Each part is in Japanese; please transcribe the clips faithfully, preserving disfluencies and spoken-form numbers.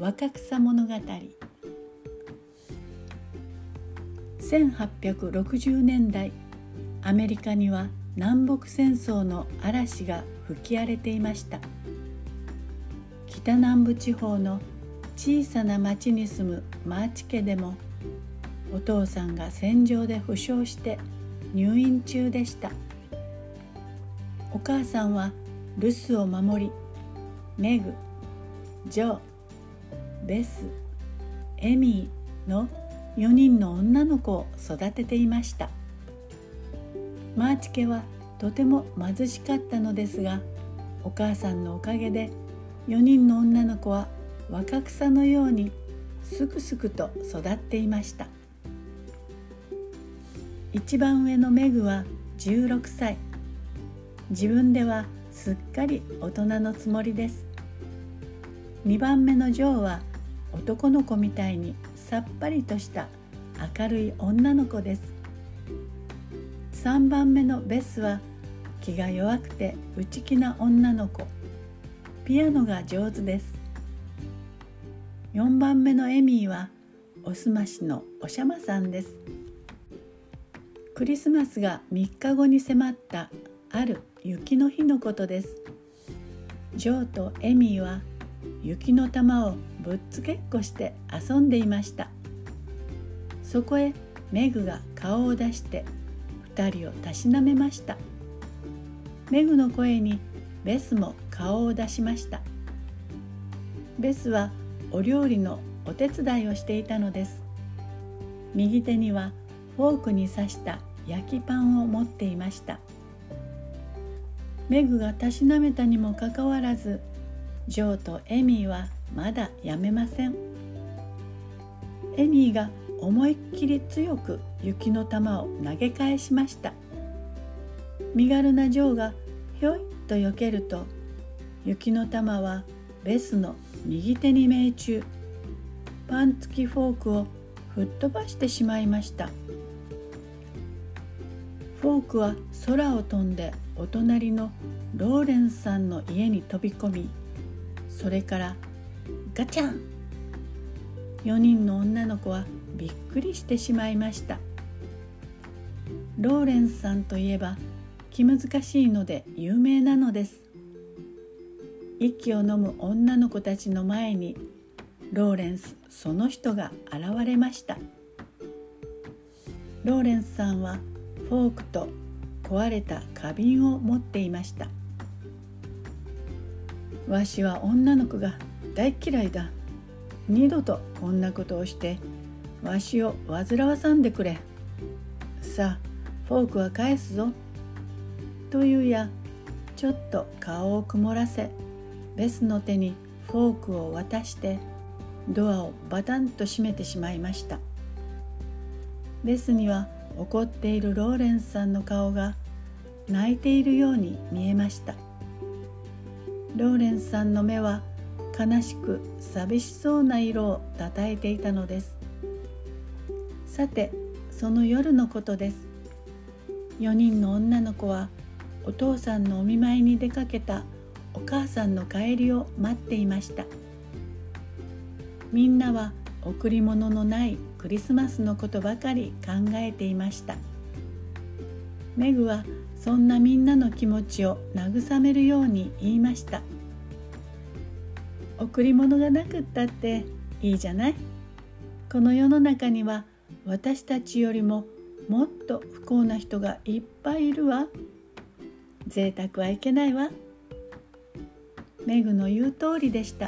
若草物語。せんはっぴゃくろくじゅうねんだい、アメリカには南北戦争の嵐が吹き荒れていました。北南部地方の小さな町に住むマーチ家でも、お父さんが戦場で負傷して入院中でした。お母さんは留守を守り、メグ、ジョー、ベス、エミーのよにんの女の子を育てていました。マーチ家はとても貧しかったのですが、お母さんのおかげでよにんの女の子は若草のようにすくすくと育っていました。一番上のメグはじゅうろくさい。自分ではすっかり大人のつもりです。にばんめのジョーは男の子みたいにさっぱりとした明るい女の子です。さんばんめのベスは気が弱くて内気な女の子。ピアノが上手です。よんばんめのエミーはおすましのおしゃまさんです。クリスマスがみっかごに迫ったある雪の日のことです。ジョーとエミーは雪の玉をぶっつけっこして遊んでいました。そこへメグが顔を出して二人をたしなめました。メグの声にベスも顔を出しました。ベスはお料理のお手伝いをしていたのです。右手にはフォークに刺した焼きパンを持っていました。メグがたしなめたにもかかわらず、ジョーとエミーはまだやめません。エミーが思いっきり強く雪の玉を投げ返しました。身軽なジョーがひょいっと避けると、雪の玉はベスの右手に命中。パン付きフォークを吹っ飛ばしてしまいました。フォークは空を飛んでお隣のローレンスさんの家に飛び込み、それからガチャン。よにんの女の子はびっくりしてしまいました。ローレンスさんといえば気難しいので有名なのです。息を飲む女の子たちの前にローレンスその人が現れました。ローレンスさんはフォークと壊れた花瓶を持っていました。わしは女の子が大嫌いだ。二度とこんなことをしてわしを煩わさんでくれ。さあフォークは返すぞ。というや、ちょっと顔を曇らせ、ベスの手にフォークを渡してドアをバタンと閉めてしまいました。ベスには怒っているローレンスさんの顔が泣いているように見えました。ローレンスさんの目は悲しく寂しそうな色をたたえていたのです。さて、その夜のことです。よにんの女の子はお父さんのお見舞いに出かけたお母さんの帰りを待っていました。みんなは贈り物のないクリスマスのことばかり考えていました。メグはそんなみんなの気持ちを慰めるように言いました。贈り物がなくったっていいじゃない。この世の中には私たちよりももっと不幸な人がいっぱいいるわ。贅沢はいけないわ。メグの言う通りでした。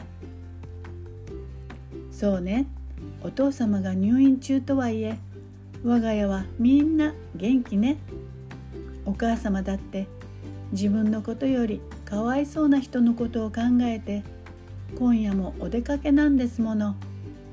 そうね、お父様が入院中とはいえ、我が家はみんな元気ね。お母様だって自分のことよりかわいそうな人のことを考えて、今夜もお出かけなんですもの。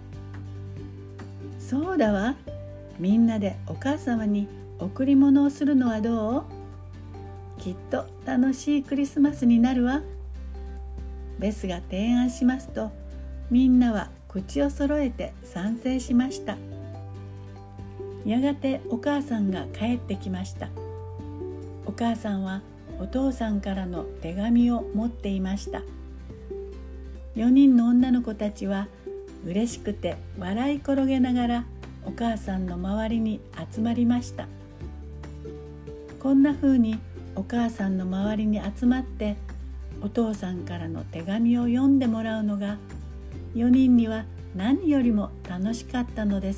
そうだわ。みんなでお母様に贈り物をするのはどう？きっと楽しいクリスマスになるわ。ベスが提案しますと、みんなは口を揃えて賛成しました。やがてお母さんが帰ってきました。お母さんはお父さんからの手紙を持っていました。よにんの女の子たちは嬉しくて笑い転げながらお母さんの周りに集まりました。こんなふうにお母さんの周りに集まってお父さんからの手紙を読んでもらうのがよにんには何よりも楽しかったのです。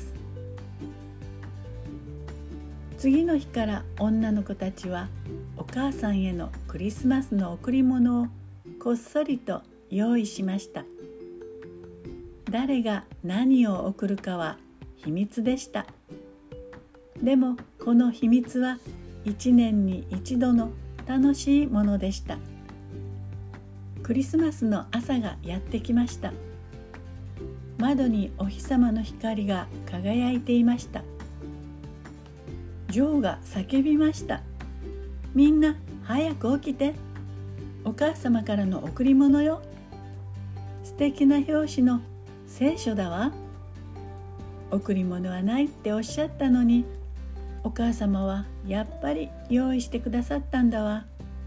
次の日から女の子たちはお母さんへのクリスマスの贈り物をこっそりと用意しました。誰が何を贈るかは秘密でした。でもこの秘密は一年に一度の楽しいものでした。クリスマスの朝がやってきました。窓にお日様の光が輝いていました。ジョーが叫びました。みんな早く起きて。お母様からの贈り物よ。素敵な表紙の聖書だわ。贈り物はないっておっしゃったのに、お母様はやっぱり用意してくださったんだわ。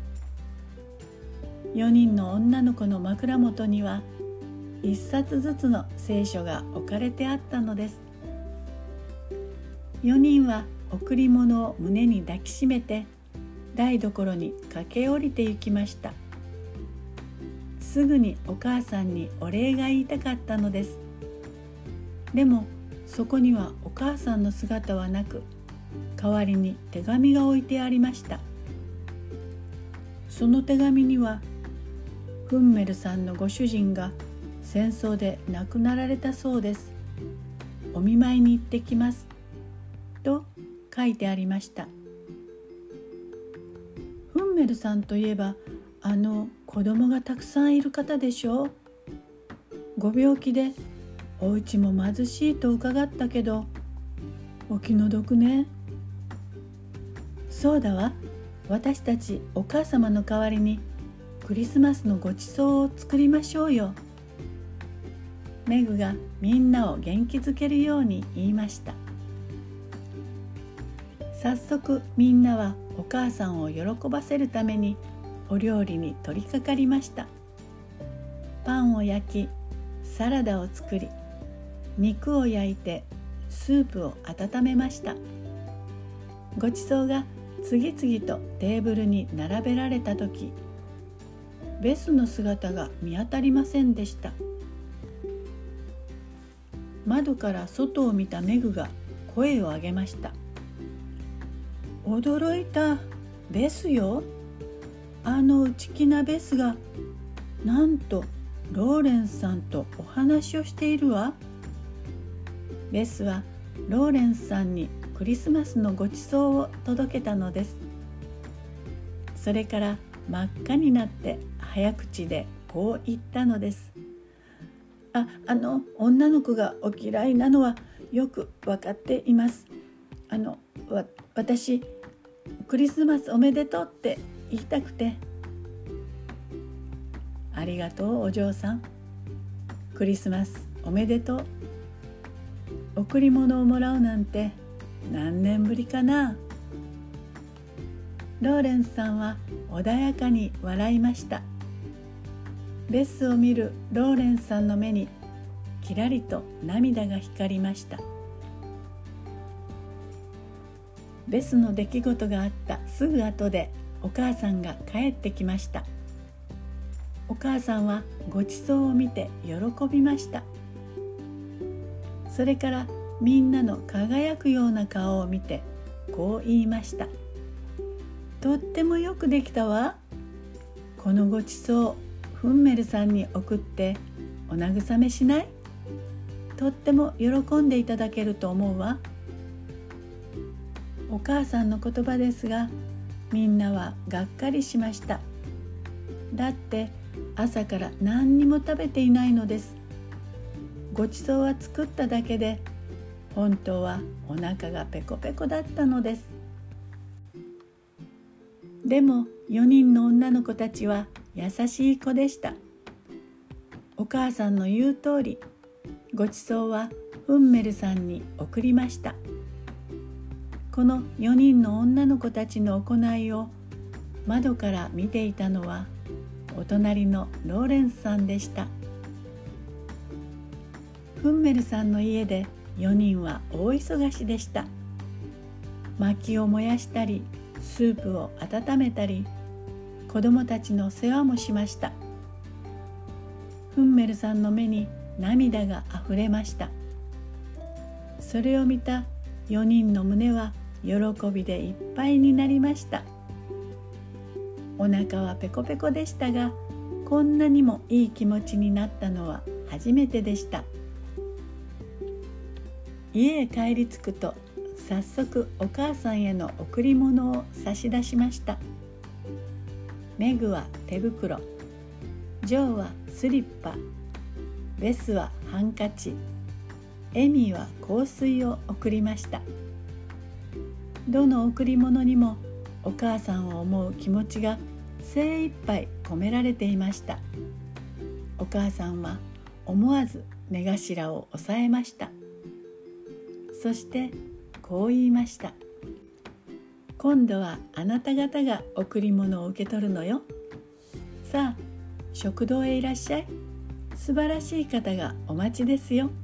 よにんの女の子の枕元にはいっさつずつの聖書が置かれてあったのです。よにんは贈り物を胸に抱きしめて台所に駆け下りて行きました。すぐにお母さんにお礼が言いたかったのです。でもそこにはお母さんの姿はなく、代わりに手紙が置いてありました。その手紙には、フンメルさんのご主人が戦争で亡くなられたそうです。お見舞いに行ってきます。と書いてありました。フンメルさんといえば、あの子供がたくさんいる方でしょう。ご病気でお家も貧しいと伺ったけど、お気の毒ね。そうだわ。私たちお母様の代わりにクリスマスのごちそうを作りましょうよ。メグがみんなを元気づけるように言いました。早速みんなはお母さんを喜ばせるためにお料理に取り掛かりました。パンを焼き、サラダを作り、肉を焼いてスープを温めました。ごちそうが次々とテーブルに並べられたとき、ベスの姿が見当たりませんでした。窓から外を見たメグが声を上げました。驚いた、ベスよ。あの内気なベスがなんとローレンスさんとお話をしているわ。ベスはローレンスさんにクリスマスのごちそうを届けたのです。それから真っ赤になって早口でこう言ったのです。あ、あの女の子がお嫌いなのはよくわかっています。あのわ私クリスマスおめでとうって言いたくて。ありがとうお嬢さん。クリスマスおめでとう。贈り物をもらうなんて何年ぶりかな。ローレンスさんは穏やかに笑いました。ベスを見るローレンスさんの目にきらりと涙が光りました。ベスの出来事があったすぐ後でお母さんが帰ってきました。お母さんはごちそうを見て喜びました。それからみんなの輝くような顔を見てこう言いました。とってもよくできたわ。このごちそうフンメルさんに送ってお慰めしない？とっても喜んでいただけると思うわ。お母さんの言葉ですが、みんなはがっかりしました。だって朝から何にも食べていないのです。ごちそうは作っただけで、本当はお腹がペコペコだったのです。でもよにんの女の子たちは優しい子でした。お母さんの言う通り、ごちそうはフンメルさんに送りました。このよにんの女の子たちの行いを窓から見ていたのはお隣のローレンスさんでした。 フンメルさんの家でよにんは大忙しでした。薪を燃やしたり、スープを温めたり、子供たちの世話もしました。フンメルさんの目に涙があふれました。それを見たよにんの胸は喜びでいっぱいになりました。お腹はペコペコでしたが、こんなにもいい気持ちになったのは初めてでした。家へ帰り着くと、早速お母さんへの贈り物を差し出しました。メグは手袋、ジョーはスリッパ、ベスはハンカチ、エミーは香水を贈りました。どの贈り物にもお母さんを思う気持ちが精一杯込められていました。お母さんは思わず目頭を押さえました。そしてこう言いました。今度はあなた方が贈り物を受け取るのよ。さあ、食堂へいらっしゃい。素晴らしい方がお待ちですよ。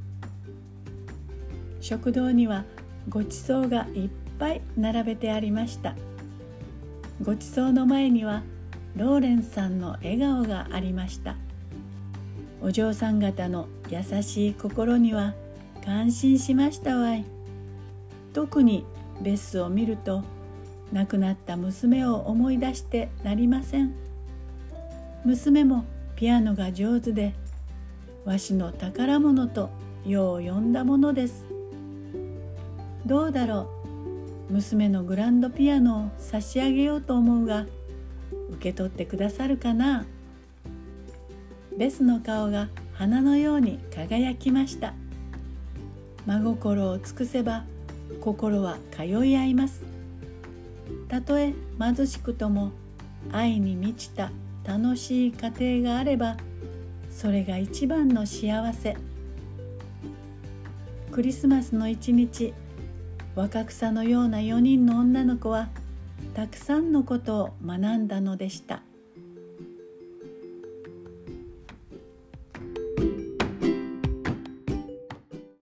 食堂にはごちそうがいっぱい並べてありました。ごちそうの前にはローレンスさんの笑顔がありました。お嬢さん方の優しい心には感心しましたわい。特にベスを見ると亡くなった娘を思い出してなりません。娘もピアノが上手で、わしの宝物とよう呼んだものです。どうだろう、娘のグランドピアノを差し上げようと思うが、受け取ってくださるかな。ベスの顔が花のように輝きました。真心を尽くせば心は通い合います。たとえ貧しくとも愛に満ちた楽しい家庭があれば、それが一番の幸せ。クリスマスの一日、若草のようなよにんの女の子はたくさんのことを学んだのでした。